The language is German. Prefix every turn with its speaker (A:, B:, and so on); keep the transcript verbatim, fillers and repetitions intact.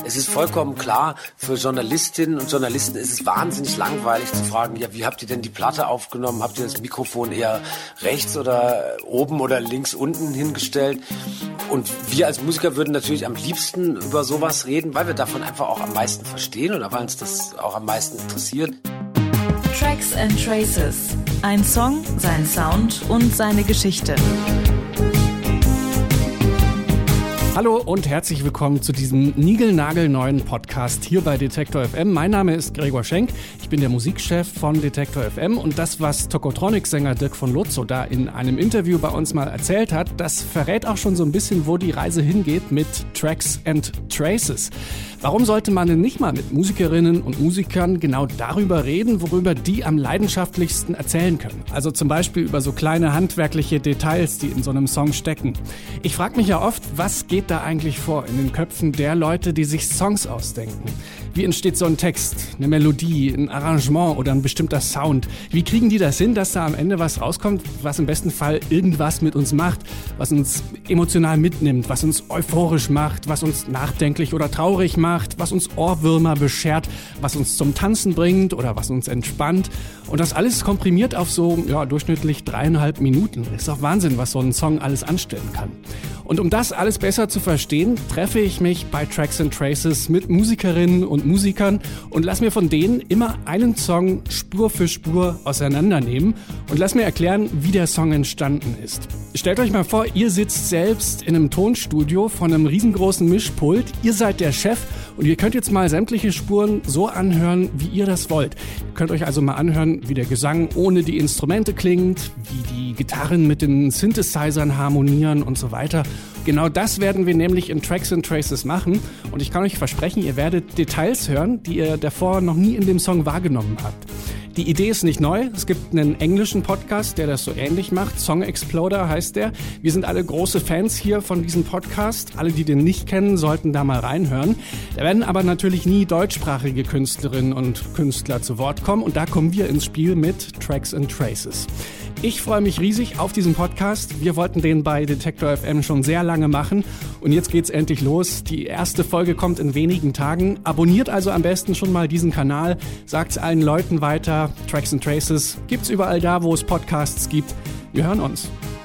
A: Es ist vollkommen klar, für Journalistinnen und Journalisten ist es wahnsinnig langweilig zu fragen, ja, wie habt ihr denn die Platte aufgenommen? Habt ihr das Mikrofon eher rechts oder oben oder links unten hingestellt? Und wir als Musiker würden natürlich am liebsten über sowas reden, weil wir davon einfach auch am meisten verstehen oder weil uns das auch am meisten interessiert.
B: Tracks and Traces. Ein Song, sein Sound und seine Geschichte.
C: Hallo und herzlich willkommen zu diesem niegelnagelneuen Podcast hier bei Detektor F M. Mein Name ist Gregor Schenk, ich bin der Musikchef von Detektor F M und das, was Tokotronic-Sänger Dirk von Lotzo da in einem Interview bei uns mal erzählt hat, das verrät auch schon so ein bisschen, wo die Reise hingeht mit Tracks and Traces. Warum sollte man denn nicht mal mit Musikerinnen und Musikern genau darüber reden, worüber die am leidenschaftlichsten erzählen können? Also zum Beispiel über so kleine handwerkliche Details, die in so einem Song stecken. Ich frage mich ja oft, was geht da eigentlich vor in den Köpfen der Leute, die sich Songs ausdenken? Wie entsteht so ein Text, eine Melodie, ein Arrangement oder ein bestimmter Sound? Wie kriegen die das hin, dass da am Ende was rauskommt, was im besten Fall irgendwas mit uns macht, was uns emotional mitnimmt, was uns euphorisch macht, was uns nachdenklich oder traurig macht, was uns Ohrwürmer beschert, was uns zum Tanzen bringt oder was uns entspannt? Und das alles komprimiert auf so ja, durchschnittlich dreieinhalb Minuten. Ist doch Wahnsinn, was so ein Song alles anstellen kann. Und um das alles besser zu verstehen, treffe ich mich bei Tracks and Traces mit Musikerinnen und Musikern und lass mir von denen immer einen Song Spur für Spur auseinandernehmen und lass mir erklären, wie der Song entstanden ist. Stellt euch mal vor, ihr sitzt selbst in einem Tonstudio von einem riesengroßen Mischpult, ihr seid der Chef und ihr könnt jetzt mal sämtliche Spuren so anhören, wie ihr das wollt. Ihr könnt euch also mal anhören, wie der Gesang ohne die Instrumente klingt, wie die Gitarren mit den Synthesizern harmonieren und so weiter. Genau das werden wir nämlich in Tracks and Traces machen und ich kann euch versprechen, ihr werdet Details hören, die ihr davor noch nie in dem Song wahrgenommen habt. Die Idee ist nicht neu. Es gibt einen englischen Podcast, der das so ähnlich macht. Song Exploder heißt der. Wir sind alle große Fans hier von diesem Podcast. Alle, die den nicht kennen, sollten da mal reinhören. Da werden aber natürlich nie deutschsprachige Künstlerinnen und Künstler zu Wort kommen. Und da kommen wir ins Spiel mit Tracks and Traces. Ich freue mich riesig auf diesen Podcast. Wir wollten den bei Detektor F M schon sehr lange machen und jetzt geht's endlich los. Die erste Folge kommt in wenigen Tagen. Abonniert also am besten schon mal diesen Kanal. Sagt's allen Leuten weiter. Tracks and Traces gibt's überall da, wo es Podcasts gibt. Wir hören uns.